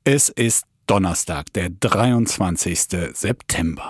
Es ist Donnerstag, der 23. September.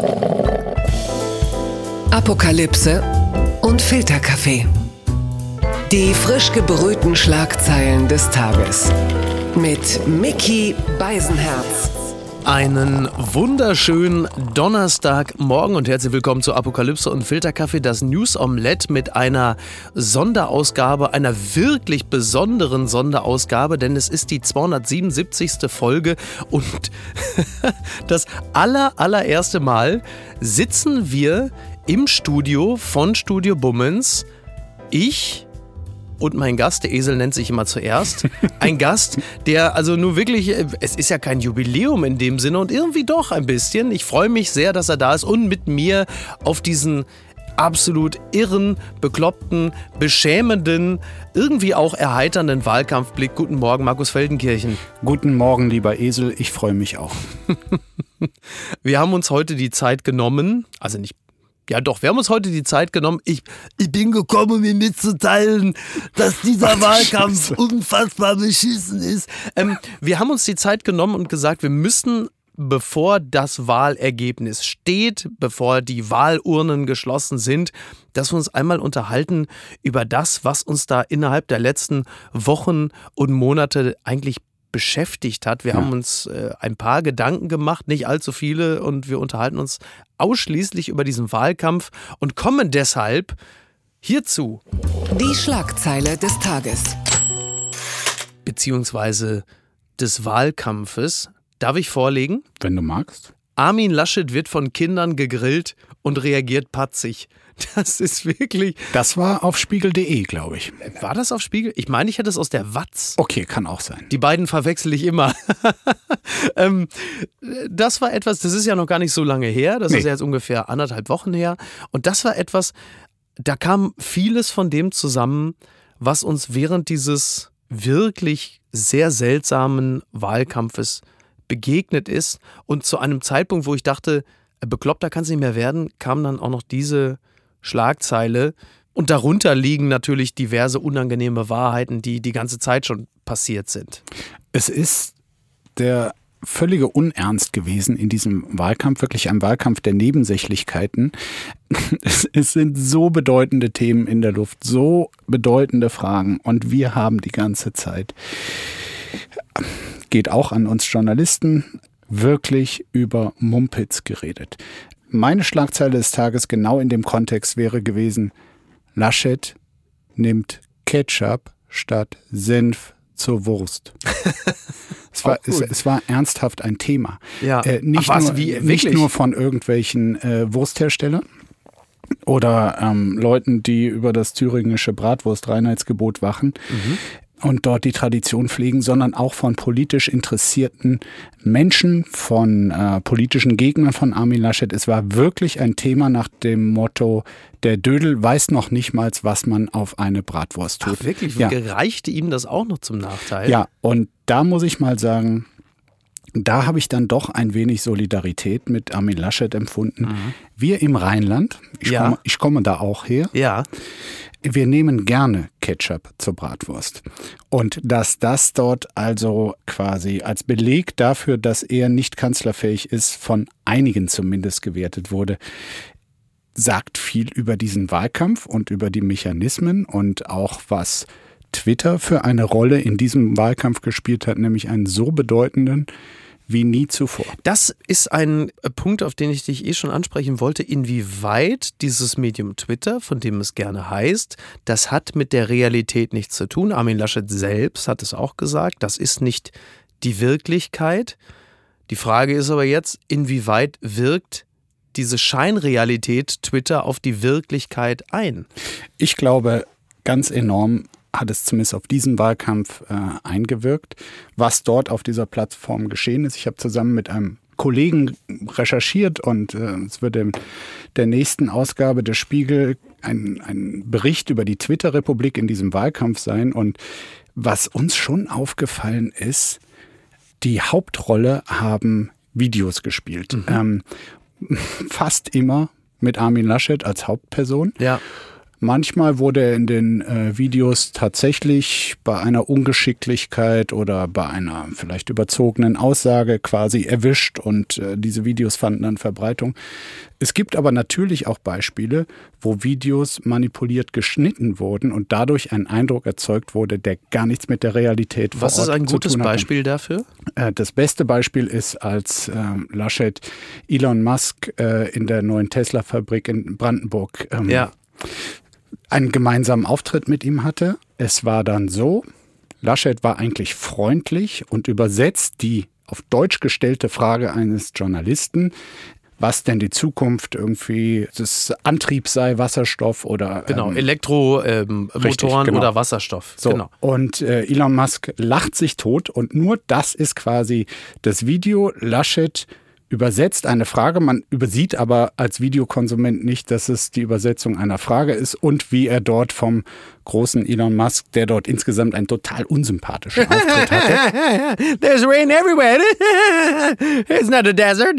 Apokalypse und Filterkaffee. Die frisch gebrühten Schlagzeilen des Tages. Mit Micky Beisenherz. Einen wunderschönen Donnerstagmorgen und herzlich willkommen zu Apokalypse und Filterkaffee, das News Omelette mit einer Sonderausgabe, einer wirklich besonderen Sonderausgabe, denn es ist die 277. Folge und das allererste Mal sitzen wir im Studio von Studio Bummens. Ich und mein Gast, der Esel nennt sich immer zuerst, ein Gast, der also nur wirklich, es ist ja kein Jubiläum in dem Sinne und irgendwie doch ein bisschen. Ich freue mich sehr, dass er da ist und mit mir auf diesen absolut irren, bekloppten, beschämenden, irgendwie auch erheiternden Wahlkampfblick. Guten Morgen, Markus Feldenkirchen. Guten Morgen, lieber Esel, ich freue mich auch. Wir haben uns heute die Zeit genommen, wir haben uns heute die Zeit genommen. Ich bin gekommen, um mir mitzuteilen, dass dieser Wahlkampf unfassbar beschissen ist. Wir haben uns die Zeit genommen und gesagt, wir müssen, bevor das Wahlergebnis steht, bevor die Wahlurnen geschlossen sind, dass wir uns einmal unterhalten über das, was uns da innerhalb der letzten Wochen und Monate eigentlich beschäftigt hat. Wir haben uns ein paar Gedanken gemacht, nicht allzu viele, und wir unterhalten uns ausschließlich über diesen Wahlkampf und kommen deshalb hierzu. Die Schlagzeile des Tages. Beziehungsweise des Wahlkampfes. Darf ich vorlegen? Wenn du magst. Armin Laschet wird von Kindern gegrillt und reagiert patzig. Das ist wirklich... Das war auf spiegel.de, glaube ich. War das auf Spiegel? Ich meine, ich hätte es aus der Watz. Okay, kann auch sein. Die beiden verwechsel ich immer. Das war etwas, das ist ja noch gar nicht so lange her. Das ist ja jetzt ungefähr 1,5 Wochen her. Und das war etwas, da kam vieles von dem zusammen, was uns während dieses wirklich sehr seltsamen Wahlkampfes begegnet ist. Und zu einem Zeitpunkt, wo ich dachte, bekloppter kann es nicht mehr werden, kam dann auch noch diese Schlagzeile. Und darunter liegen natürlich diverse unangenehme Wahrheiten, die die ganze Zeit schon passiert sind. Es ist der völlige Unernst gewesen in diesem Wahlkampf, wirklich ein Wahlkampf der Nebensächlichkeiten. Es sind so bedeutende Themen in der Luft, so bedeutende Fragen und wir haben die ganze Zeit, geht auch an uns Journalisten, wirklich über Mumpitz geredet. Meine Schlagzeile des Tages genau in dem Kontext wäre gewesen: Laschet nimmt Ketchup statt Senf zur Wurst. Es war ernsthaft ein Thema. Ja. Nicht nur von irgendwelchen Wurstherstellern oder Leuten, die über das thüringische Bratwurst-Reinheitsgebot wachen. Und dort die Tradition pflegen, sondern auch von politisch interessierten Menschen, von politischen Gegnern von Armin Laschet. Es war wirklich ein Thema nach dem Motto, der Dödel weiß noch nicht mal, was man auf eine Bratwurst tut. Ach, wirklich? Ja. Reichte ihm das auch noch zum Nachteil? Ja, und da muss ich mal sagen, da habe ich dann doch ein wenig Solidarität mit Armin Laschet empfunden. Wir im Rheinland, ich komme da auch her, wir nehmen gerne Ketchup zur Bratwurst. Und dass das dort also quasi als Beleg dafür, dass er nicht kanzlerfähig ist, von einigen zumindest gewertet wurde, sagt viel über diesen Wahlkampf und über die Mechanismen und auch was Twitter für eine Rolle in diesem Wahlkampf gespielt hat, nämlich einen so bedeutenden wie nie zuvor. Das ist ein Punkt, auf den ich dich schon ansprechen wollte, inwieweit dieses Medium Twitter, von dem es gerne heißt, das hat mit der Realität nichts zu tun. Armin Laschet selbst hat es auch gesagt, das ist nicht die Wirklichkeit. Die Frage ist aber jetzt, inwieweit wirkt diese Scheinrealität Twitter auf die Wirklichkeit ein? Ich glaube, ganz enorm hat es zumindest auf diesen Wahlkampf eingewirkt, was dort auf dieser Plattform geschehen ist. Ich habe zusammen mit einem Kollegen recherchiert und es wird in der nächsten Ausgabe des Spiegel ein Bericht über die Twitter-Republik in diesem Wahlkampf sein. Und was uns schon aufgefallen ist, die Hauptrolle haben Videos gespielt. Fast immer mit Armin Laschet als Hauptperson. Ja. Manchmal wurde er in den Videos tatsächlich bei einer Ungeschicklichkeit oder bei einer vielleicht überzogenen Aussage quasi erwischt und diese Videos fanden dann Verbreitung. Es gibt aber natürlich auch Beispiele, wo Videos manipuliert geschnitten wurden und dadurch ein Eindruck erzeugt wurde, der gar nichts mit der Realität vor Ort zu tun hat. Was ist ein gutes Beispiel dafür? Das beste Beispiel ist, als Laschet Elon Musk in der neuen Tesla-Fabrik in Brandenburg einen gemeinsamen Auftritt mit ihm hatte. Es war dann so, Laschet war eigentlich freundlich und übersetzt die auf Deutsch gestellte Frage eines Journalisten, was denn die Zukunft irgendwie des Antriebs sei, Wasserstoff oder Elektromotoren oder Wasserstoff. So. Genau. Und Elon Musk lacht sich tot und nur das ist quasi das Video. Laschet übersetzt eine Frage, man übersieht aber als Videokonsument nicht, dass es die Übersetzung einer Frage ist und wie er dort vom großen Elon Musk, der dort insgesamt einen total unsympathischen Auftritt hatte. There's rain everywhere. It's not a desert.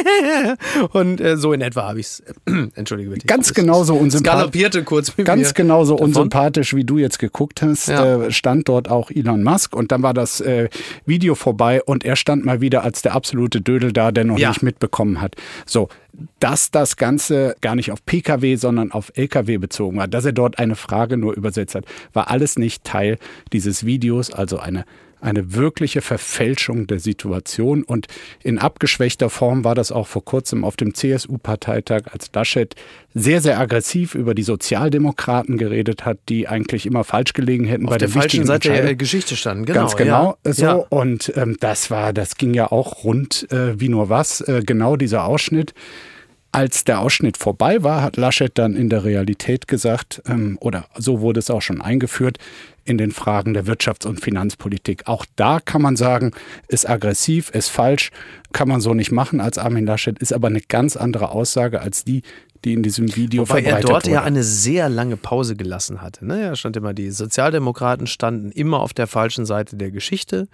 Und so in etwa habe ich es. Entschuldige bitte. Ganz genauso unsympathisch. Galoppierte kurz mit Ganz genauso unsympathisch, wie du jetzt geguckt hast, stand dort auch Elon Musk und dann war das Video vorbei und er stand mal wieder als der absolute Dödel da, der noch nicht mitbekommen hat. So, dass das Ganze gar nicht auf Pkw, sondern auf Lkw bezogen war, dass er dort eine Frage nur übersetzt hat, war alles nicht Teil dieses Videos, also eine wirkliche Verfälschung der Situation. Und in abgeschwächter Form war das auch vor kurzem auf dem CSU-Parteitag, als Laschet sehr, sehr aggressiv über die Sozialdemokraten geredet hat, die eigentlich immer falsch gelegen hätten bei der falschen Seite der Geschichte standen. Genau, ganz genau so. Ja. Und das ging ja auch rund wie nur was, genau dieser Ausschnitt. Als der Ausschnitt vorbei war, hat Laschet dann in der Realität gesagt, oder so wurde es auch schon eingeführt, in den Fragen der Wirtschafts- und Finanzpolitik. Auch da kann man sagen, ist aggressiv, ist falsch, kann man so nicht machen als Armin Laschet, ist aber eine ganz andere Aussage als die in diesem Video verbreitet wurde. Weil er dort ja eine sehr lange Pause gelassen hatte. Ne? Er stand immer, die Sozialdemokraten standen immer auf der falschen Seite der Geschichte.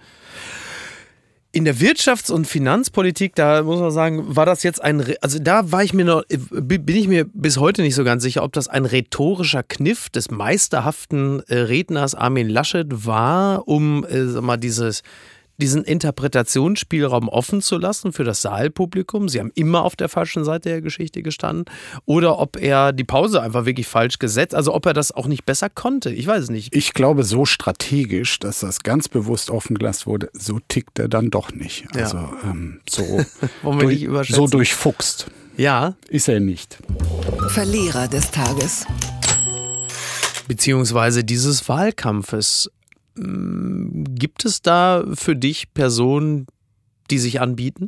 In der Wirtschafts- und Finanzpolitik, da muss man sagen, war das jetzt bin ich mir bis heute nicht so ganz sicher, ob das ein rhetorischer Kniff des meisterhaften Redners Armin Laschet war, um diesen Interpretationsspielraum offen zu lassen für das Saalpublikum. Sie haben immer auf der falschen Seite der Geschichte gestanden. Oder ob er die Pause einfach wirklich falsch gesetzt, also ob er das auch nicht besser konnte. Ich weiß es nicht. Ich glaube, so strategisch, dass das ganz bewusst offen gelassen wurde, so tickt er dann doch nicht. Also so durchfuchst. Ja. Ist er nicht. Verlierer des Tages. Beziehungsweise dieses Wahlkampfes. Gibt es da für dich Personen, die sich anbieten?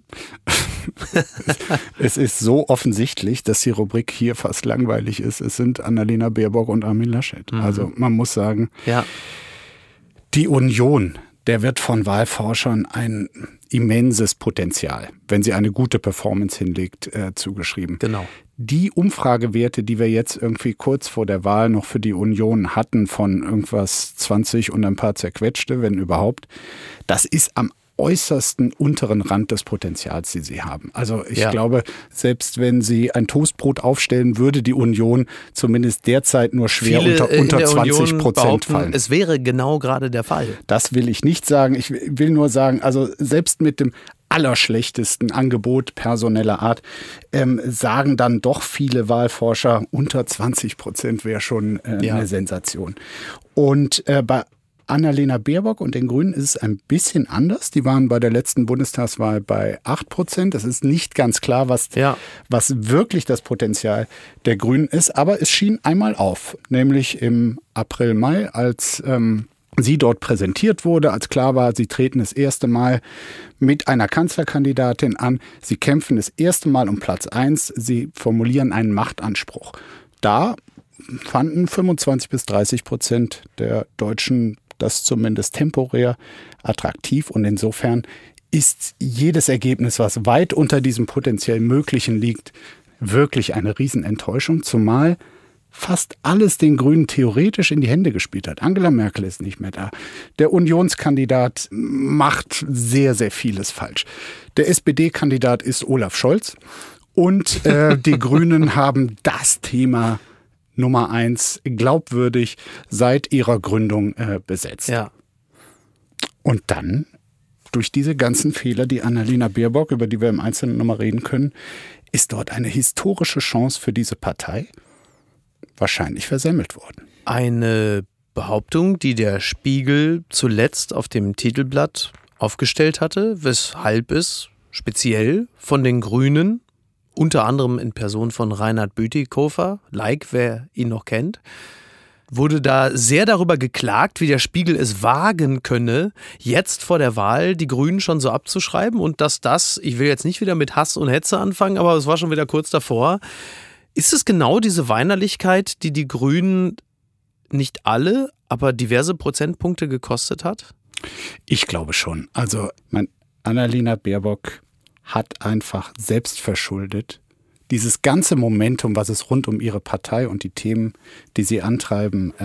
Es ist so offensichtlich, dass die Rubrik hier fast langweilig ist. Es sind Annalena Baerbock und Armin Laschet. Also man muss sagen, die Union, der wird von Wahlforschern ein immenses Potenzial, wenn sie eine gute Performance hinlegt, zugeschrieben. Genau. Die Umfragewerte, die wir jetzt irgendwie kurz vor der Wahl noch für die Union hatten, von irgendwas 20 und ein paar zerquetschte, wenn überhaupt, das ist am äußersten unteren Rand des Potenzials, die sie haben. Also ich glaube, selbst wenn sie ein Toastbrot aufstellen, würde die Union zumindest derzeit nur schwer unter 20% fallen. Es wäre genau gerade der Fall. Das will ich nicht sagen. Ich will nur sagen, also selbst mit dem allerschlechtesten Angebot personeller Art, sagen dann doch viele Wahlforscher, unter 20% wäre schon eine Sensation. Und bei Annalena Baerbock und den Grünen ist es ein bisschen anders. Die waren bei der letzten Bundestagswahl bei 8%. Das ist nicht ganz klar, was wirklich das Potenzial der Grünen ist. Aber es schien einmal auf, nämlich im April, Mai, als sie dort präsentiert wurde, als klar war, sie treten das erste Mal mit einer Kanzlerkandidatin an. Sie kämpfen das erste Mal um Platz 1. Sie formulieren einen Machtanspruch. Da fanden 25-30% der Deutschen das zumindest temporär attraktiv. Und insofern ist jedes Ergebnis, was weit unter diesem potenziell Möglichen liegt, wirklich eine Riesenenttäuschung. Zumal fast alles den Grünen theoretisch in die Hände gespielt hat. Angela Merkel ist nicht mehr da. Der Unionskandidat macht sehr, sehr vieles falsch. Der SPD-Kandidat ist Olaf Scholz. Und die Grünen haben das Thema Nummer 1 glaubwürdig seit ihrer Gründung besetzt. Ja. Und dann, durch diese ganzen Fehler, die Annalena Baerbock, über die wir im Einzelnen nochmal reden können, ist dort eine historische Chance für diese Partei wahrscheinlich versemmelt worden. Eine Behauptung, die der Spiegel zuletzt auf dem Titelblatt aufgestellt hatte, weshalb es speziell von den Grünen, unter anderem in Person von Reinhard Bütikofer, wer ihn noch kennt, wurde da sehr darüber geklagt, wie der Spiegel es wagen könne, jetzt vor der Wahl die Grünen schon so abzuschreiben und dass das, ich will jetzt nicht wieder mit Hass und Hetze anfangen, aber es war schon wieder kurz davor. Ist es genau diese Weinerlichkeit, die die Grünen nicht alle, aber diverse Prozentpunkte gekostet hat? Ich glaube schon. Also Annalena Baerbock hat einfach selbstverschuldet dieses ganze Momentum, was es rund um ihre Partei und die Themen, die sie antreiben,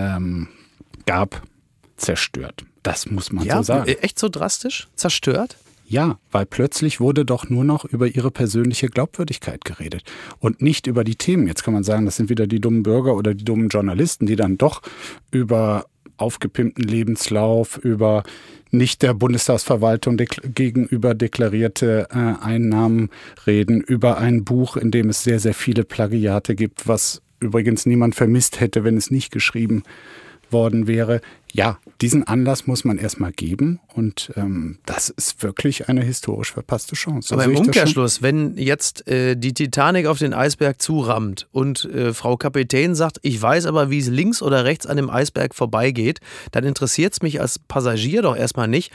gab, zerstört. Das muss man so sagen. Echt so drastisch? Zerstört? Ja, weil plötzlich wurde doch nur noch über ihre persönliche Glaubwürdigkeit geredet und nicht über die Themen. Jetzt kann man sagen, das sind wieder die dummen Bürger oder die dummen Journalisten, die dann doch über aufgepimpten Lebenslauf, über nicht der Bundestagsverwaltung gegenüber deklarierte Einnahmen reden, über ein Buch, in dem es sehr, sehr viele Plagiate gibt, was übrigens niemand vermisst hätte, wenn es nicht geschrieben worden wäre. Ja, diesen Anlass muss man erstmal geben und das ist wirklich eine historisch verpasste Chance. Aber im Umkehrschluss, wenn jetzt die Titanic auf den Eisberg zurammt und Frau Kapitän sagt, ich weiß aber, wie es links oder rechts an dem Eisberg vorbeigeht, dann interessiert es mich als Passagier doch erstmal nicht,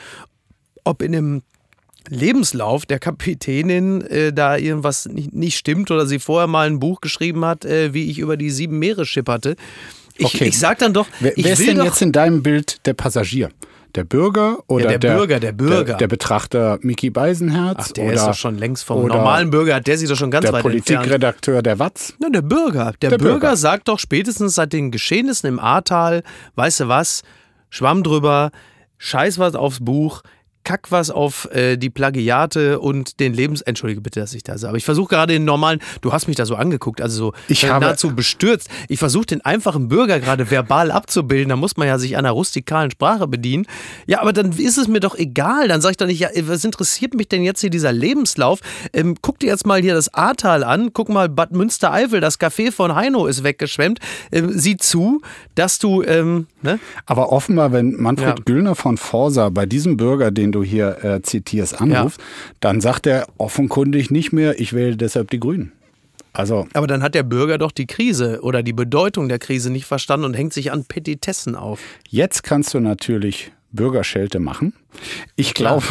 ob in dem Lebenslauf der Kapitänin da irgendwas nicht stimmt oder sie vorher mal ein Buch geschrieben hat, wie ich über die 7 Meere schipperte. Ich sag dann doch, wer ist denn jetzt in deinem Bild der Passagier? Der Bürger oder ja, der Bürger. Der Betrachter Micky Beisenherz? Ach, der ist doch schon längst vom normalen Bürger, der sieht doch schon ganz weit entfernt. Der Politikredakteur der Watz? Nein, der Bürger. Der Bürger sagt doch spätestens seit den Geschehnissen im Ahrtal, weißt du was, Schwamm drüber, scheiß was aufs Buch, kack was auf die Plagiate und den Entschuldige bitte, dass ich da sage, aber ich versuche gerade den normalen, du hast mich da so angeguckt, also so nahezu bestürzt. Ich versuche den einfachen Bürger gerade verbal abzubilden, da muss man ja sich einer rustikalen Sprache bedienen. Ja, aber dann ist es mir doch egal, dann sage ich doch nicht, ja, was interessiert mich denn jetzt hier dieser Lebenslauf? Guck dir jetzt mal hier das Ahrtal an, guck mal Bad Münstereifel, das Café von Heino ist weggeschwemmt. Sieh zu, dass du, ne? Aber offenbar, wenn Manfred Güllner von Forsa bei diesem Bürger, den du hier zitierst, anruft, dann sagt er offenkundig nicht mehr, ich wähle deshalb die Grünen. Also, aber dann hat der Bürger doch die Krise oder die Bedeutung der Krise nicht verstanden und hängt sich an Petitessen auf. Jetzt kannst du natürlich Bürgerschelte machen. Ich glaube,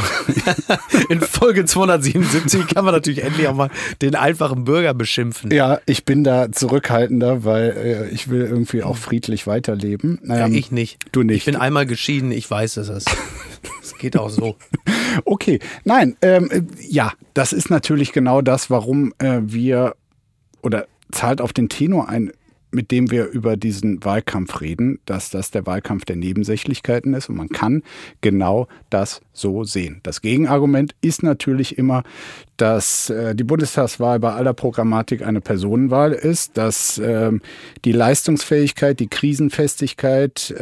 in Folge 277 kann man natürlich endlich auch mal den einfachen Bürger beschimpfen. Ja, ich bin da zurückhaltender, weil ich will irgendwie auch friedlich weiterleben. Ja, ich nicht. Du nicht. Ich bin einmal geschieden, ich weiß es. Das geht auch so. Okay, nein, ja, das ist natürlich genau das, warum wir, oder zahlt auf den Tenor ein, mit dem wir über diesen Wahlkampf reden, dass das der Wahlkampf der Nebensächlichkeiten ist und man kann genau das so sehen. Das Gegenargument ist natürlich immer, dass die Bundestagswahl bei aller Programmatik eine Personenwahl ist, dass die Leistungsfähigkeit, die Krisenfestigkeit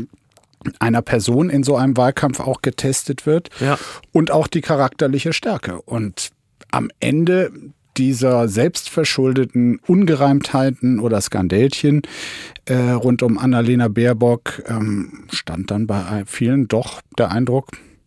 einer Person in so einem Wahlkampf auch getestet wird und auch die charakterliche Stärke. Und am Ende dieser selbstverschuldeten Ungereimtheiten oder Skandälchen rund um Annalena Baerbock stand dann bei vielen doch der Eindruck,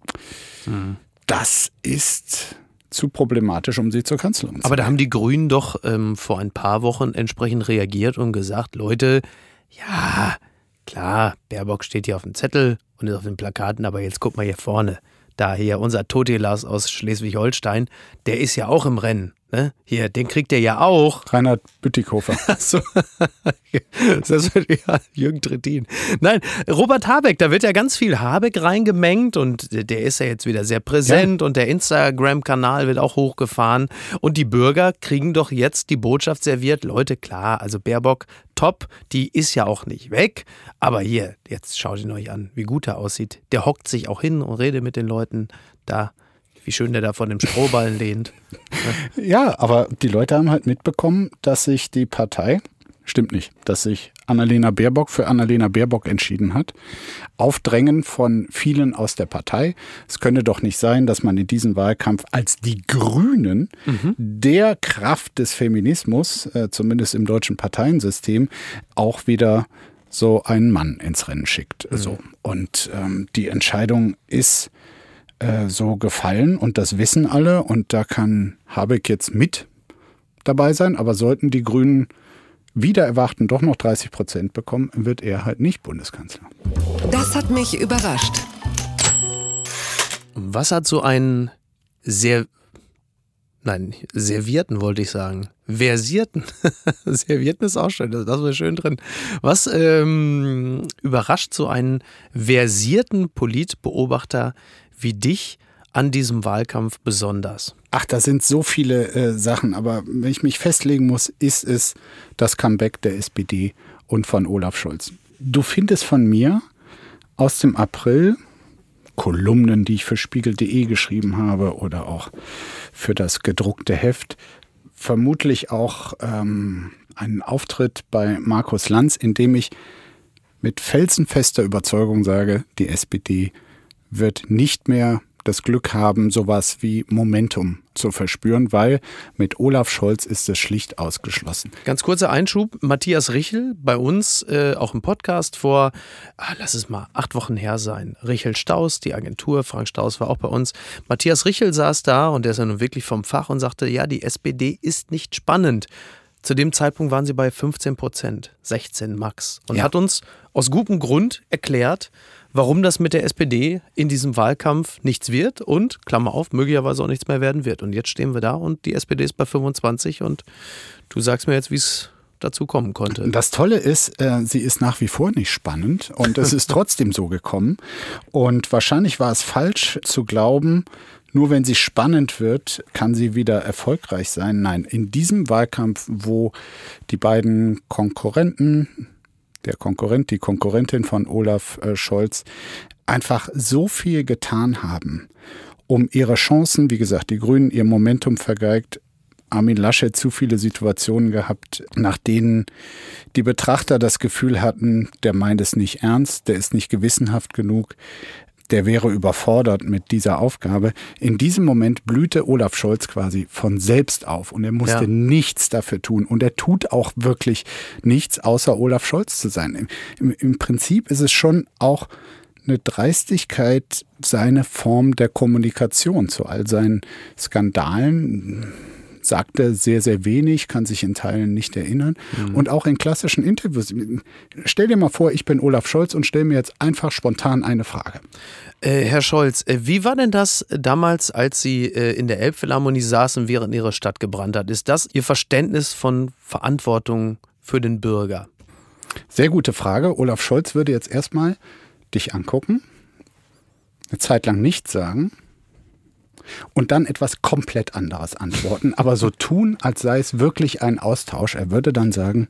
das ist zu problematisch, um sie zur Kanzlerin zu machen. Aber da haben die Grünen doch vor ein paar Wochen entsprechend reagiert und gesagt, Leute, ja, klar, Baerbock steht hier auf dem Zettel und ist auf den Plakaten, aber jetzt guck mal hier vorne. Da hier unser Totilas aus Schleswig-Holstein, der ist ja auch im Rennen. Ne? Hier, den kriegt er ja auch. Reinhard Bütikofer. Achso. Das wird ja Jürgen Trittin. Nein, Robert Habeck, da wird ja ganz viel Habeck reingemengt und der ist ja jetzt wieder sehr präsent und der Instagram-Kanal wird auch hochgefahren und die Bürger kriegen doch jetzt die Botschaft serviert. Leute, klar, also Baerbock, top, die ist ja auch nicht weg, aber hier, jetzt schaut ihn euch an, wie gut er aussieht. Der hockt sich auch hin und redet mit den Leuten da. Wie schön der da von dem Strohballen lehnt. Ja, aber die Leute haben halt mitbekommen, dass sich die Partei stimmt nicht, dass sich Annalena Baerbock für Annalena Baerbock entschieden hat. Auf Drängen von vielen aus der Partei. Es könne doch nicht sein, dass man in diesem Wahlkampf als die Grünen der Kraft des Feminismus, zumindest im deutschen Parteiensystem, auch wieder so einen Mann ins Rennen schickt. So. Und die Entscheidung ist so gefallen und das wissen alle und da kann Habeck jetzt mit dabei sein, aber sollten die Grünen wieder erwarten doch noch 30% bekommen, wird er halt nicht Bundeskanzler. Das hat mich überrascht. Was hat so ein servierten wollte ich sagen. Versierten. Servierten ist auch schön, das war schön drin. Was überrascht so einen versierten Politbeobachter wie dich an diesem Wahlkampf besonders? Ach, da sind so viele Sachen, aber wenn ich mich festlegen muss, ist es das Comeback der SPD und von Olaf Scholz. Du findest von mir aus dem April Kolumnen, die ich für Spiegel.de geschrieben habe oder auch für das gedruckte Heft, vermutlich auch einen Auftritt bei Markus Lanz, in dem ich mit felsenfester Überzeugung sage, die SPD wird nicht mehr das Glück haben, sowas wie Momentum zu verspüren, weil mit Olaf Scholz ist es schlicht ausgeschlossen. Ganz kurzer Einschub, Matthias Richel bei uns, auch im Podcast vor, lass es mal 8 Wochen her sein. Richel Staus, die Agentur, Frank Staus war auch bei uns. Matthias Richel saß da und der ist ja nun wirklich vom Fach und sagte, ja, die SPD ist nicht spannend. Zu dem Zeitpunkt waren sie bei 15%, 16 max. Und hat uns aus gutem Grund erklärt, warum das mit der SPD in diesem Wahlkampf nichts wird und, Klammer auf, möglicherweise auch nichts mehr werden wird. Und jetzt stehen wir da und die SPD ist bei 25 und du sagst mir jetzt, wie es dazu kommen konnte. Das Tolle ist, sie ist nach wie vor nicht spannend und es ist trotzdem so gekommen. Und wahrscheinlich war es falsch zu glauben, nur wenn sie spannend wird, kann sie wieder erfolgreich sein. Nein, in diesem Wahlkampf, wo die beiden Konkurrenten, der Konkurrent, die Konkurrentin von Olaf Scholz, einfach so viel getan haben, um ihre Chancen, wie gesagt, die Grünen ihr Momentum vergeigt, Armin Laschet zu viele Situationen gehabt, nach denen die Betrachter das Gefühl hatten, der meint es nicht ernst, der ist nicht gewissenhaft genug, der wäre überfordert mit dieser Aufgabe. In diesem Moment blühte Olaf Scholz quasi von selbst auf und er musste nichts dafür tun. Und er tut auch wirklich nichts, außer Olaf Scholz zu sein. Im Prinzip ist es schon auch eine Dreistigkeit, seine Form der Kommunikation zu all seinen Skandalen. Sagt er sehr, sehr wenig, kann sich in Teilen nicht erinnern. Und auch in klassischen Interviews. Stell dir mal vor, ich bin Olaf Scholz und stell mir jetzt einfach spontan eine Frage. Herr Scholz, wie war denn das damals, als Sie in der Elbphilharmonie saßen, während Ihre Stadt gebrannt hat? Ist das Ihr Verständnis von Verantwortung für den Bürger? Sehr gute Frage. Olaf Scholz würde jetzt erstmal dich angucken, eine Zeit lang nichts sagen und dann etwas komplett anderes antworten, aber so tun, als sei es wirklich ein Austausch. Er würde dann sagen,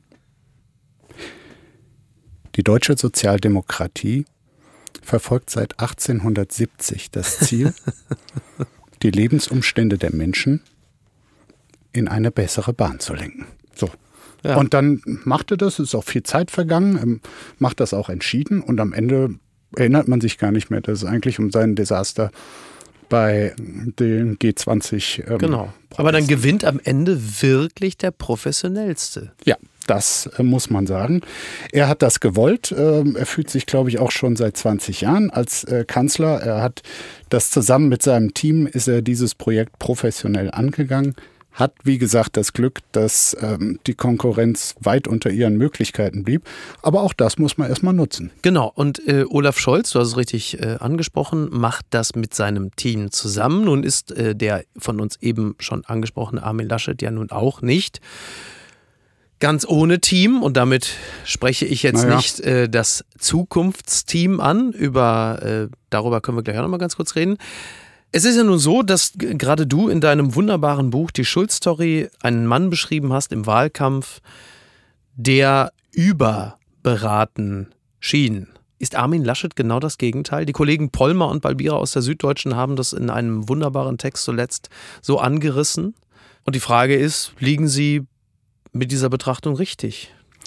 die deutsche Sozialdemokratie verfolgt seit 1870 das Ziel, die Lebensumstände der Menschen in eine bessere Bahn zu lenken. So. Ja. Und dann macht er das, ist auch viel Zeit vergangen, macht das auch entschieden und am Ende erinnert man sich gar nicht mehr, dass es eigentlich um sein Desaster bei den G20 genau. Aber dann gewinnt am Ende wirklich der Professionellste. Ja, das muss man sagen. Er hat das gewollt. Er fühlt sich, glaube ich, auch schon seit 20 Jahren als Kanzler. Er hat das zusammen mit seinem Team, ist er dieses Projekt professionell angegangen. Hat, wie gesagt, das Glück, dass die Konkurrenz weit unter ihren Möglichkeiten blieb. Aber auch das muss man erstmal nutzen. Genau. Und Olaf Scholz, du hast es richtig angesprochen, macht das mit seinem Team zusammen. Nun ist der von uns eben schon angesprochene Armin Laschet ja nun auch nicht ganz ohne Team. Und damit spreche ich jetzt nicht das Zukunftsteam an. Darüber können wir gleich auch noch mal ganz kurz reden. Es ist ja nun so, dass gerade du in deinem wunderbaren Buch Die Schulz-Story einen Mann beschrieben hast im Wahlkampf, der überberaten schien. Ist Armin Laschet genau das Gegenteil? Die Kollegen Pollmer und Balbira aus der Süddeutschen haben das in einem wunderbaren Text zuletzt so angerissen. Und die Frage ist, liegen sie mit dieser Betrachtung richtig?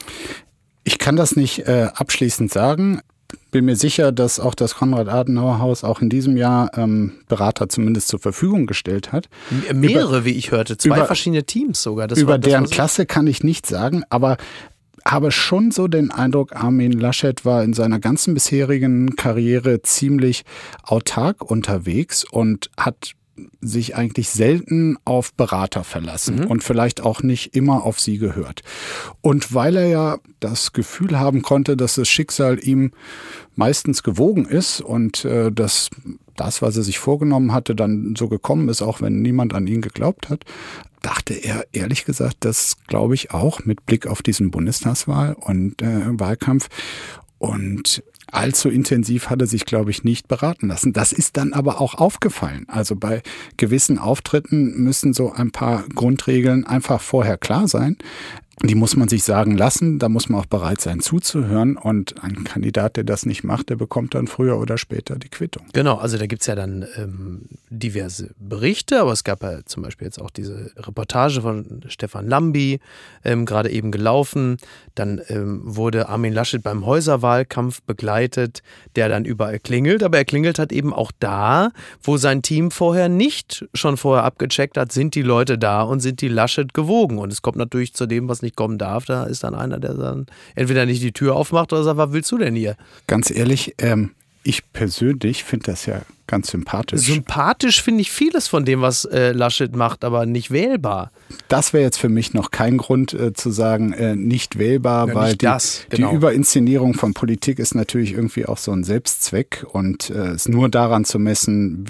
Ich kann das nicht abschließend sagen. Bin mir sicher, dass auch das Konrad-Adenauer-Haus auch in diesem Jahr Berater zumindest zur Verfügung gestellt hat. Mehrere, wie ich hörte, zwei verschiedene Teams sogar. Über deren Klasse kann ich nichts sagen, aber habe schon so den Eindruck, Armin Laschet war in seiner ganzen bisherigen Karriere ziemlich autark unterwegs und hat sich eigentlich selten auf Berater verlassen und vielleicht auch nicht immer auf sie gehört. Und weil er ja das Gefühl haben konnte, dass das Schicksal ihm meistens gewogen ist und dass das, was er sich vorgenommen hatte, dann so gekommen ist, auch wenn niemand an ihn geglaubt hat, dachte er ehrlich gesagt, das glaube ich auch mit Blick auf diesen Bundestagswahl und Wahlkampf. Und allzu intensiv hat er sich, glaube ich, nicht beraten lassen. Das ist dann aber auch aufgefallen. Also bei gewissen Auftritten müssen so ein paar Grundregeln einfach vorher klar sein. Die muss man sich sagen lassen, da muss man auch bereit sein zuzuhören und ein Kandidat, der das nicht macht, der bekommt dann früher oder später die Quittung. Genau, also da gibt es ja dann diverse Berichte, aber es gab ja zum Beispiel jetzt auch diese Reportage von Stefan Lambi, gerade eben gelaufen. Dann wurde Armin Laschet beim Häuserwahlkampf begleitet, der dann überall klingelt, aber er klingelt hat eben auch da, wo sein Team schon vorher abgecheckt hat, sind die Leute da und sind die Laschet gewogen. Und es kommt natürlich zu dem, was nicht kommen darf, da ist dann einer, der dann entweder nicht die Tür aufmacht oder sagt, was willst du denn hier? Ganz ehrlich, ich persönlich finde das ja ganz sympathisch. Sympathisch finde ich vieles von dem, was Laschet macht, aber nicht wählbar. Das wäre jetzt für mich noch kein Grund zu sagen, nicht wählbar, weil die Überinszenierung von Politik ist natürlich irgendwie auch so ein Selbstzweck und ist nur daran zu messen,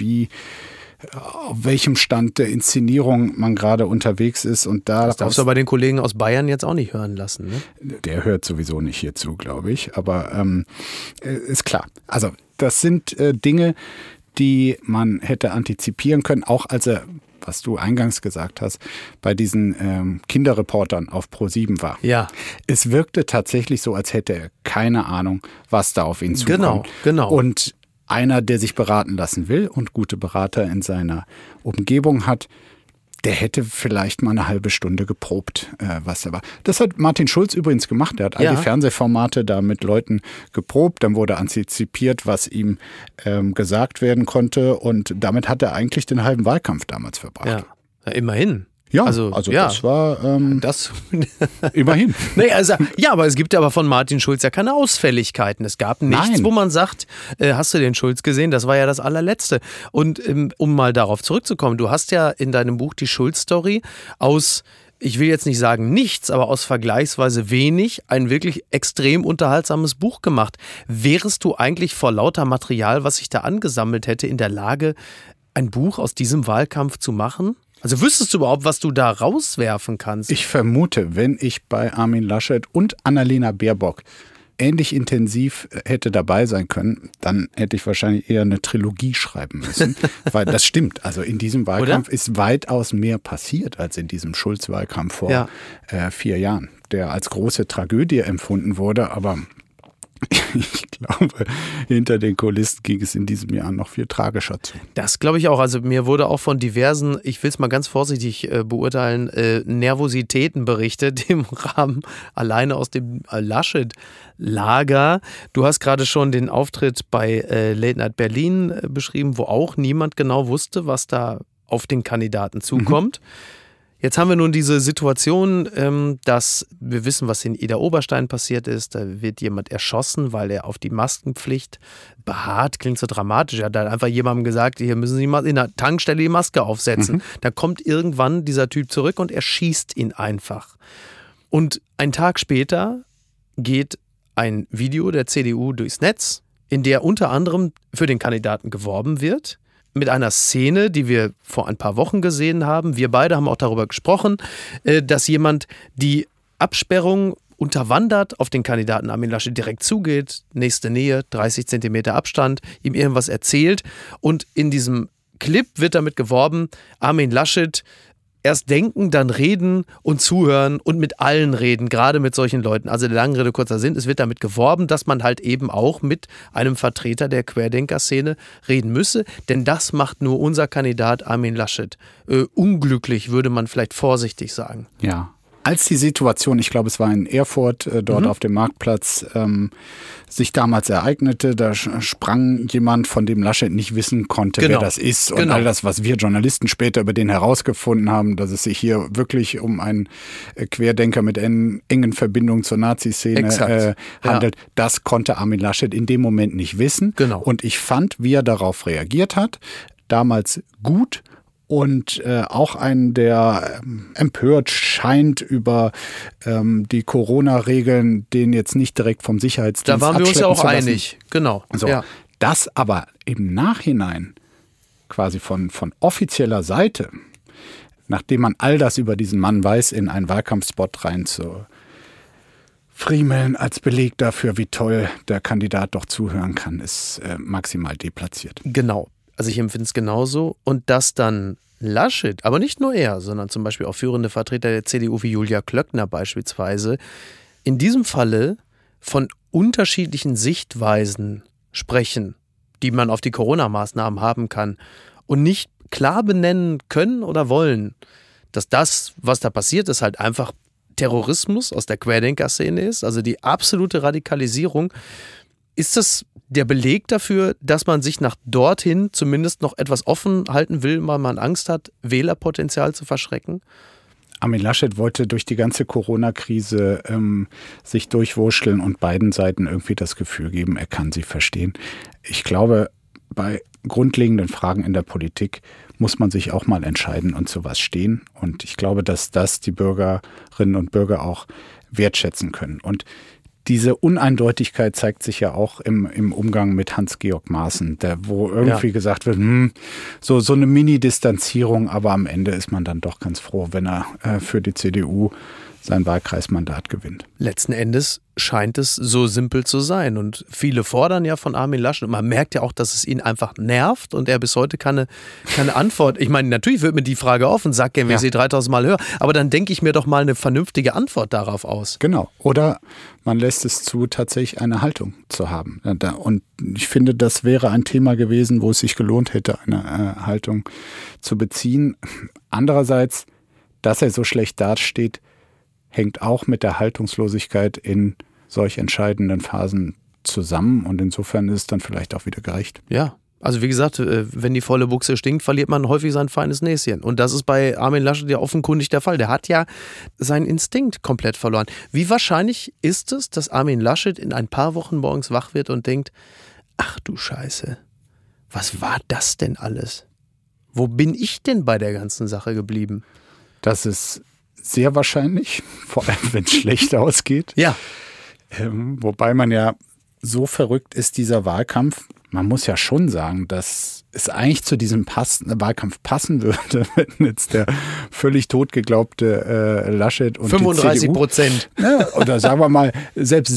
auf welchem Stand der Inszenierung man gerade unterwegs ist. Und das darfst du bei den Kollegen aus Bayern jetzt auch nicht hören lassen, ne? Der hört sowieso nicht hierzu, glaube ich. Aber ist klar. Also das sind Dinge, die man hätte antizipieren können, auch als er, was du eingangs gesagt hast, bei diesen Kinderreportern auf Pro7 war. Ja. Es wirkte tatsächlich so, als hätte er keine Ahnung, was da auf ihn zukommt. Genau. Und einer, der sich beraten lassen will und gute Berater in seiner Umgebung hat, der hätte vielleicht mal eine halbe Stunde geprobt, was er war. Das hat Martin Schulz übrigens gemacht. Er hat all die Fernsehformate da mit Leuten geprobt. Dann wurde antizipiert, was ihm gesagt werden konnte. Und damit hat er eigentlich den halben Wahlkampf damals verbracht. Ja, immerhin. Ja, also das war immerhin. Nee, aber es gibt aber von Martin Schulz ja keine Ausfälligkeiten. Es gab nichts, wo man sagt, hast du den Schulz gesehen? Das war ja das allerletzte. Und um mal darauf zurückzukommen, du hast ja in deinem Buch die Schulz-Story aus, ich will jetzt nicht sagen nichts, aber aus vergleichsweise wenig ein wirklich extrem unterhaltsames Buch gemacht. Wärest du eigentlich vor lauter Material, was sich da angesammelt hätte, in der Lage, ein Buch aus diesem Wahlkampf zu machen? Also wüsstest du überhaupt, was du da rauswerfen kannst? Ich vermute, wenn ich bei Armin Laschet und Annalena Baerbock ähnlich intensiv hätte dabei sein können, dann hätte ich wahrscheinlich eher eine Trilogie schreiben müssen. Weil das stimmt. Also in diesem Wahlkampf ist weitaus mehr passiert als in diesem Schulz-Wahlkampf vor 4 Jahren, der als große Tragödie empfunden wurde, aber ich glaube, hinter den Kulissen ging es in diesem Jahr noch viel tragischer zu. Das glaube ich auch. Also mir wurde auch von diversen, ich will es mal ganz vorsichtig beurteilen, Nervositäten berichtet im Rahmen alleine aus dem Laschet-Lager. Du hast gerade schon den Auftritt bei Late Night Berlin beschrieben, wo auch niemand genau wusste, was da auf den Kandidaten zukommt. Jetzt haben wir nun diese Situation, dass wir wissen, was in Ida Oberstein passiert ist. Da wird jemand erschossen, weil er auf die Maskenpflicht beharrt. Klingt so dramatisch. Er hat dann einfach jemandem gesagt, hier müssen Sie mal in der Tankstelle die Maske aufsetzen. Da kommt irgendwann dieser Typ zurück und er schießt ihn einfach. Und einen Tag später geht ein Video der CDU durchs Netz, in der unter anderem für den Kandidaten geworben wird. Mit einer Szene, die wir vor ein paar Wochen gesehen haben. Wir beide haben auch darüber gesprochen, dass jemand die Absperrung unterwandert, auf den Kandidaten Armin Laschet direkt zugeht, nächste Nähe, 30 Zentimeter Abstand, ihm irgendwas erzählt. Und in diesem Clip wird damit geworben, Armin Laschet erst denken, dann reden und zuhören und mit allen reden, gerade mit solchen Leuten. Also der lange Rede, kurzer Sinn, es wird damit geworben, dass man halt eben auch mit einem Vertreter der Querdenker-Szene reden müsse, denn das macht nur unser Kandidat Armin Laschet unglücklich, würde man vielleicht vorsichtig sagen. Ja, als die Situation, ich glaube, es war in Erfurt, dort auf dem Marktplatz, sich damals ereignete, da sprang jemand, von dem Laschet nicht wissen konnte, wer das ist. Und all das, was wir Journalisten später über den herausgefunden haben, dass es sich hier wirklich um einen Querdenker mit engen Verbindungen zur Nazi-Szene handelt, das konnte Armin Laschet in dem Moment nicht wissen. Genau. Und ich fand, wie er darauf reagiert hat, damals gut. Und auch einen, der empört scheint über die Corona-Regeln, den jetzt nicht direkt vom Sicherheitsdienst da waren wir uns ja auch einig, genau. So, das aber im Nachhinein quasi von offizieller Seite, nachdem man all das über diesen Mann weiß, in einen Wahlkampfspot rein zu friemeln als Beleg dafür, wie toll der Kandidat doch zuhören kann, ist maximal deplatziert. Genau. Also ich empfinde es genauso. Und dass dann Laschet, aber nicht nur er, sondern zum Beispiel auch führende Vertreter der CDU wie Julia Klöckner beispielsweise, in diesem Falle von unterschiedlichen Sichtweisen sprechen, die man auf die Corona-Maßnahmen haben kann und nicht klar benennen können oder wollen, dass das, was da passiert ist, halt einfach Terrorismus aus der Querdenker-Szene ist, also die absolute Radikalisierung. Ist das der Beleg dafür, dass man sich nach dorthin zumindest noch etwas offen halten will, weil man Angst hat, Wählerpotenzial zu verschrecken? Armin Laschet wollte durch die ganze Corona-Krise sich durchwurschteln und beiden Seiten irgendwie das Gefühl geben, er kann sie verstehen. Ich glaube, bei grundlegenden Fragen in der Politik muss man sich auch mal entscheiden und zu was stehen. Und ich glaube, dass das die Bürgerinnen und Bürger auch wertschätzen können. Und diese Uneindeutigkeit zeigt sich ja auch im Umgang mit Hans-Georg Maaßen, wo irgendwie gesagt wird, so eine Mini-Distanzierung, aber am Ende ist man dann doch ganz froh, wenn er für die CDU sein Wahlkreismandat gewinnt. Letzten Endes scheint es so simpel zu sein. Und viele fordern ja von Armin Laschet. Und man merkt ja auch, dass es ihn einfach nervt und er bis heute keine Antwort. Ich meine, natürlich wird mir die Frage offen, sagt er, wir sie 3000 Mal hören. Aber dann denke ich mir doch mal eine vernünftige Antwort darauf aus. Genau. Oder man lässt es zu, tatsächlich eine Haltung zu haben. Und ich finde, das wäre ein Thema gewesen, wo es sich gelohnt hätte, eine Haltung zu beziehen. Andererseits, dass er so schlecht dasteht, hängt auch mit der Haltungslosigkeit in solch entscheidenden Phasen zusammen. Und insofern ist es dann vielleicht auch wieder gerecht. Ja, also wie gesagt, wenn die volle Buchse stinkt, verliert man häufig sein feines Näschen. Und das ist bei Armin Laschet ja offenkundig der Fall. Der hat ja seinen Instinkt komplett verloren. Wie wahrscheinlich ist es, dass Armin Laschet in ein paar Wochen morgens wach wird und denkt, ach du Scheiße, was war das denn alles? Wo bin ich denn bei der ganzen Sache geblieben? Das ist sehr wahrscheinlich, vor allem wenn es schlecht ausgeht. Ja. Wobei man ja so verrückt ist, dieser Wahlkampf. Man muss ja schon sagen, dass es eigentlich zu diesem Wahlkampf passen würde, wenn jetzt der völlig totgeglaubte Laschet und 35%. Oder sagen wir mal, selbst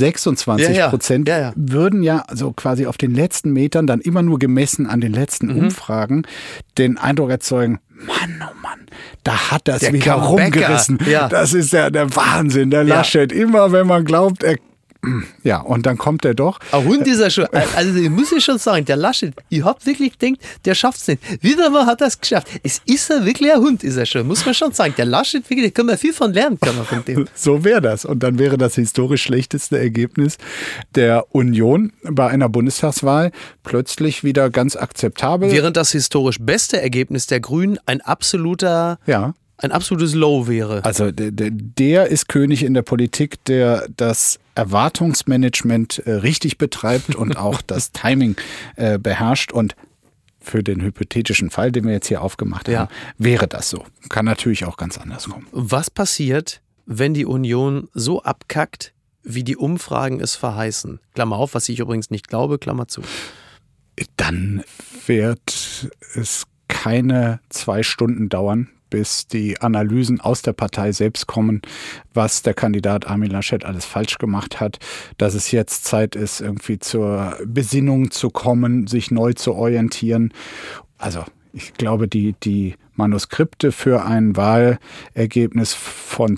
26% würden ja so quasi auf den letzten Metern, dann immer nur gemessen an den letzten Umfragen, den Eindruck erzeugen, Mann, oh Mann, da hat das wieder rumgerissen. Ja. Das ist der Wahnsinn, der Laschet. Immer wenn man glaubt, ja, und dann kommt er doch. Ein Hund ist er schon. Also ich muss ja schon sagen, der Laschet, ich hab wirklich gedacht, der schafft's nicht. Wieder mal hat er es geschafft. Es ist ja wirklich ein Hund, ist er schon. Muss man schon sagen. Der Laschet, wirklich, da können wir viel von lernen, kann man von dem. So wäre das. Und dann wäre das historisch schlechteste Ergebnis der Union bei einer Bundestagswahl plötzlich wieder ganz akzeptabel. Während das historisch beste Ergebnis der Grünen ein absolutes Low wäre. Also der ist König in der Politik, der das Erwartungsmanagement richtig betreibt und auch das Timing beherrscht. Und für den hypothetischen Fall, den wir jetzt hier aufgemacht haben, wäre das so. Kann natürlich auch ganz anders kommen. Was passiert, wenn die Union so abkackt, wie die Umfragen es verheißen? Klammer auf, was ich übrigens nicht glaube, Klammer zu. Dann wird es keine 2 Stunden dauern, bis die Analysen aus der Partei selbst kommen, was der Kandidat Armin Laschet alles falsch gemacht hat, dass es jetzt Zeit ist, irgendwie zur Besinnung zu kommen, sich neu zu orientieren. Also ich glaube, die Manuskripte für ein Wahlergebnis von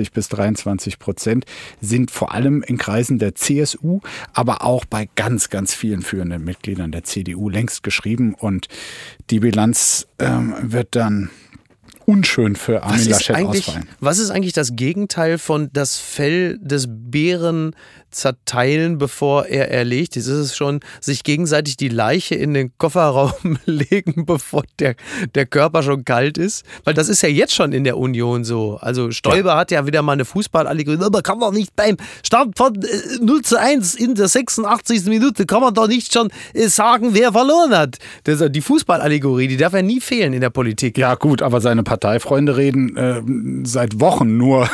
20-23% sind vor allem in Kreisen der CSU, aber auch bei ganz, ganz vielen führenden Mitgliedern der CDU längst geschrieben. Und die Bilanz wird dann unschön für Armin Laschet ausfallen. Was ist eigentlich das Gegenteil von das Fell des Bären zerteilen, bevor er erlegt ist? Ist es schon, sich gegenseitig die Leiche in den Kofferraum legen, bevor der Körper schon kalt ist? Weil das ist ja jetzt schon in der Union so. Also Stoiber hat ja wieder mal eine Fußballallegorie, aber kann man nicht beim Stand von 0:1 in der 86. Minute, kann man doch nicht schon sagen, wer verloren hat. Die Fußballallegorie, die darf ja nie fehlen in der Politik. Ja gut, aber seine Parteifreunde reden seit Wochen nur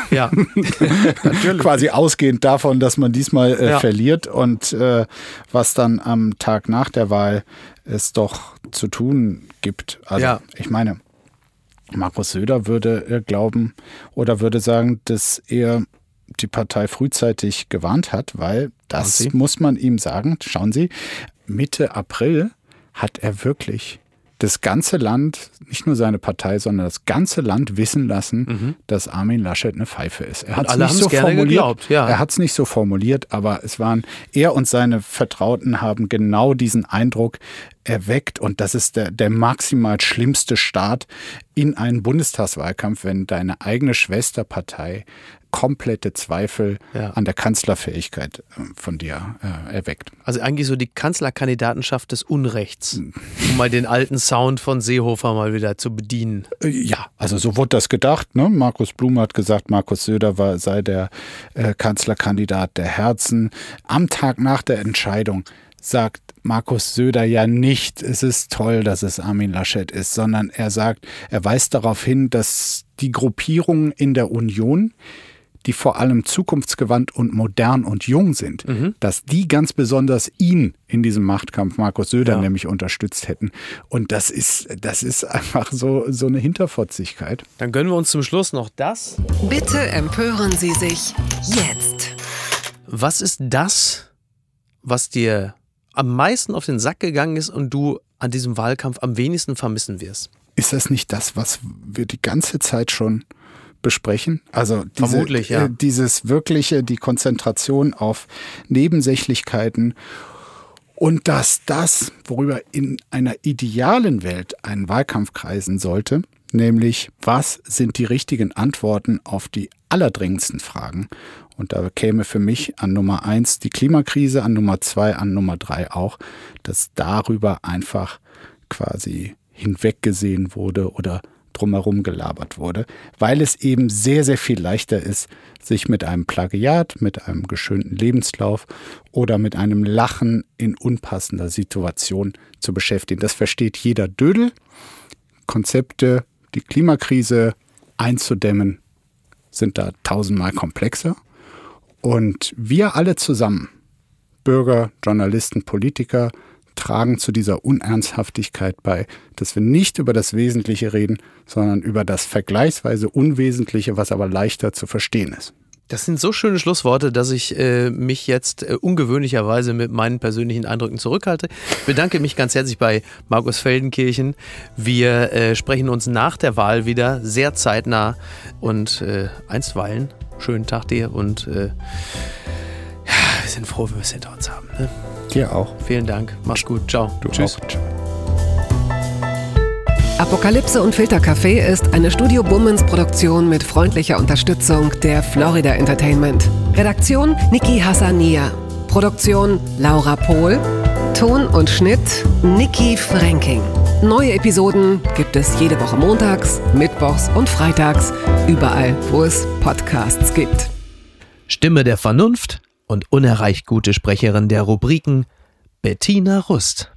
quasi ausgehend davon, dass man diesmal verliert und was dann am Tag nach der Wahl es doch zu tun gibt. Also ich meine, Markus Söder würde glauben oder würde sagen, dass er die Partei frühzeitig gewarnt hat, weil das muss man ihm sagen. Schauen Sie, Mitte April hat er wirklich das ganze Land, nicht nur seine Partei, sondern das ganze Land wissen lassen, dass Armin Laschet eine Pfeife ist. Er hat es nicht so formuliert. Geglaubt, Er hat es nicht so formuliert, aber er und seine Vertrauten haben genau diesen Eindruck erweckt und das ist der maximal schlimmste Start in einen Bundestagswahlkampf, wenn deine eigene Schwesterpartei komplette Zweifel an der Kanzlerfähigkeit von dir erweckt. Also eigentlich so die Kanzlerkandidatenschaft des Unrechts, um mal den alten Sound von Seehofer mal wieder zu bedienen. Ja, also so wurde das gedacht. Ne? Markus Blum hat gesagt, Markus Söder sei der Kanzlerkandidat der Herzen. Am Tag nach der Entscheidung sagt Markus Söder ja nicht, es ist toll, dass es Armin Laschet ist, sondern er weist darauf hin, dass die Gruppierungen in der Union, die vor allem zukunftsgewandt und modern und jung sind, dass die ganz besonders ihn in diesem Machtkampf, Markus Söder, nämlich unterstützt hätten. Und das ist einfach so eine Hinterfotzigkeit. Dann gönnen wir uns zum Schluss noch das. Bitte empören Sie sich jetzt. Was ist das, was dir am meisten auf den Sack gegangen ist und du an diesem Wahlkampf am wenigsten vermissen wirst? Ist das nicht das, was wir die ganze Zeit schon besprechen? Also vermutlich, dieses wirkliche, die Konzentration auf Nebensächlichkeiten und dass das, worüber in einer idealen Welt ein Wahlkampf kreisen sollte, nämlich was sind die richtigen Antworten auf die allerdringendsten Fragen? Und da käme für mich an Nummer 1 die Klimakrise, an Nummer 2, an Nummer 3 auch, dass darüber einfach quasi hinweggesehen wurde oder drumherum gelabert wurde, weil es eben sehr, sehr viel leichter ist, sich mit einem Plagiat, mit einem geschönten Lebenslauf oder mit einem Lachen in unpassender Situation zu beschäftigen. Das versteht jeder Dödel. Konzepte, die Klimakrise einzudämmen, sind da 1000-mal komplexer. Und wir alle zusammen, Bürger, Journalisten, Politiker, tragen zu dieser Unernsthaftigkeit bei, dass wir nicht über das Wesentliche reden, sondern über das vergleichsweise Unwesentliche, was aber leichter zu verstehen ist. Das sind so schöne Schlussworte, dass ich mich jetzt ungewöhnlicherweise mit meinen persönlichen Eindrücken zurückhalte. Ich bedanke mich ganz herzlich bei Markus Feldenkirchen. Wir sprechen uns nach der Wahl wieder, sehr zeitnah und einstweilen. Schönen Tag dir und wir sind froh, wenn wir es hinter uns haben. Ne? Dir auch. Vielen Dank. Mach's gut. Ciao. Tschüss. Auch. Apokalypse und Filtercafé ist eine Studio Bummens Produktion mit freundlicher Unterstützung der Florida Entertainment. Redaktion Niki Hassania. Produktion Laura Pohl. Ton und Schnitt Niki Fränking. Neue Episoden gibt es jede Woche montags, mittwochs und freitags, überall, wo es Podcasts gibt. Stimme der Vernunft und unerreicht gute Sprecherin der Rubriken Bettina Rust.